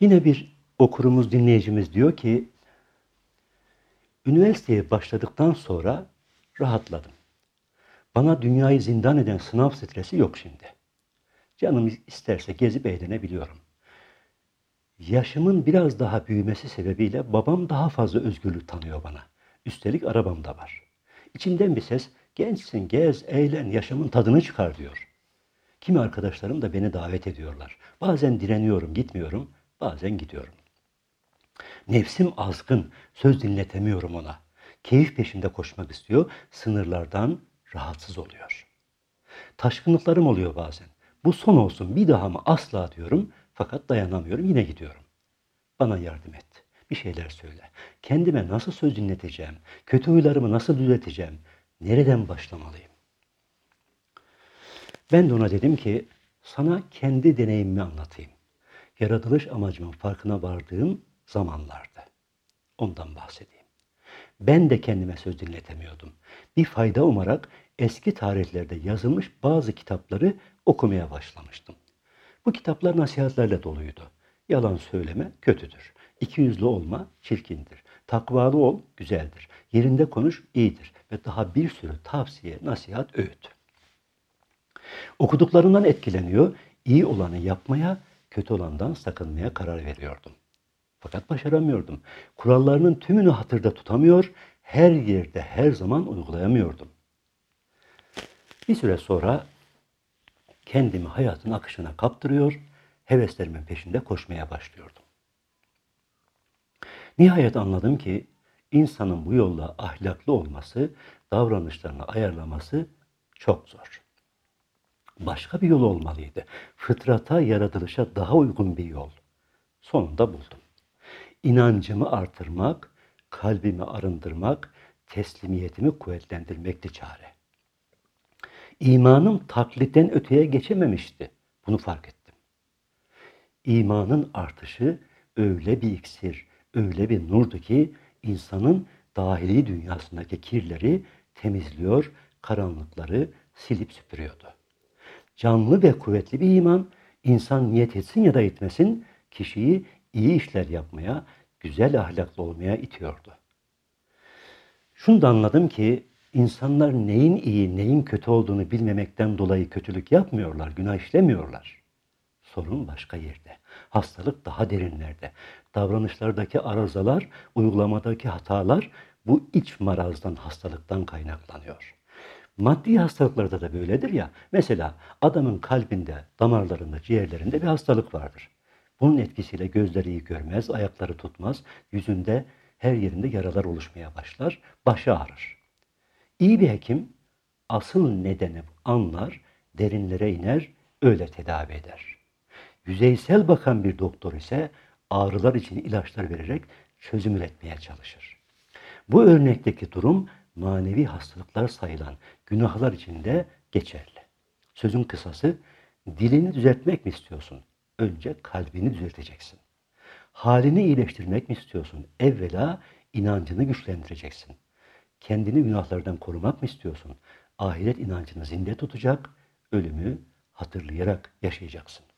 Yine bir okurumuz, dinleyicimiz diyor ki, üniversiteye başladıktan sonra rahatladım. Bana dünyayı zindan eden sınav stresi yok şimdi. Canım isterse gezip eğlenebiliyorum. Yaşımın biraz daha büyümesi sebebiyle babam daha fazla özgürlük tanıyor bana. Üstelik arabam da var. İçimden bir ses, gençsin, gez, eğlen, yaşamın tadını çıkar diyor. Kimi arkadaşlarım da beni davet ediyorlar. Bazen direniyorum, gitmiyorum, bazen gidiyorum. Nefsim azgın, söz dinletemiyorum ona. Keyif peşinde koşmak istiyor, sınırlardan rahatsız oluyor. Taşkınlıklarım oluyor bazen. Bu son olsun, bir daha mı asla diyorum, fakat dayanamıyorum, yine gidiyorum. Bana yardım et, bir şeyler söyle. Kendime nasıl söz dinleteceğim, kötü huylarımı nasıl düzelteceğim, nereden başlamalıyım? Ben de ona dedim ki, sana kendi deneyimimi anlatayım. Yaratılış amacımın farkına vardığım zamanlardı. Ondan bahsedeyim. Ben de kendime söz dinletemiyordum. Bir fayda umarak eski tarihlerde yazılmış bazı kitapları okumaya başlamıştım. Bu kitaplar nasihatlerle doluydu. Yalan söyleme kötüdür. İkiyüzlü olma çirkindir. Takvalı ol güzeldir. Yerinde konuş iyidir. Ve daha bir sürü tavsiye, nasihat, öğüt. Okuduklarından etkileniyor, iyi olanı yapmaya, kötü olandan sakınmaya karar veriyordum. Fakat başaramıyordum. Kurallarının tümünü hatırda tutamıyor, her yerde her zaman uygulayamıyordum. Bir süre sonra kendimi hayatın akışına kaptırıyor, heveslerimin peşinde koşmaya başlıyordum. Nihayet anladım ki insanın bu yolla ahlaklı olması, davranışlarını ayarlaması çok zor. Başka bir yol olmalıydı. Fıtrata, yaratılışa daha uygun bir yol. Sonunda buldum. İnancımı artırmak, kalbimi arındırmak, teslimiyetimi kuvvetlendirmekti çare. İmanım taklitten öteye geçememişti. Bunu fark ettim. İmanın artışı öyle bir iksir, öyle bir nurdu ki insanın dahili dünyasındaki kirleri temizliyor, karanlıkları silip süpürüyordu. Canlı ve kuvvetli bir iman, insan niyet etsin ya da etmesin, kişiyi iyi işler yapmaya, güzel ahlaklı olmaya itiyordu. Şunu da anladım ki, insanlar neyin iyi, neyin kötü olduğunu bilmemekten dolayı kötülük yapmıyorlar, günah işlemiyorlar. Sorun başka yerde. Hastalık daha derinlerde. Davranışlardaki arızalar, uygulamadaki hatalar bu iç marazdan, hastalıktan kaynaklanıyor. Maddi hastalıklarda da böyledir ya. Mesela adamın kalbinde, damarlarında, ciğerlerinde bir hastalık vardır. Bunun etkisiyle gözleri iyi görmez, ayakları tutmaz, yüzünde her yerinde yaralar oluşmaya başlar, başı ağrır. İyi bir hekim asıl nedeni anlar, derinlere iner, öyle tedavi eder. Yüzeysel bakan bir doktor ise ağrılar için ilaçlar vererek çözüm üretmeye çalışır. Bu örnekteki durum manevi hastalıklar sayılan günahlar için de geçerli. Sözün kısası, dilini düzeltmek mi istiyorsun? Önce kalbini düzelteceksin. Halini iyileştirmek mi istiyorsun? Evvela inancını güçlendireceksin. Kendini günahlardan korumak mı istiyorsun? Ahiret inancını zinde tutacak, ölümü hatırlayarak yaşayacaksın.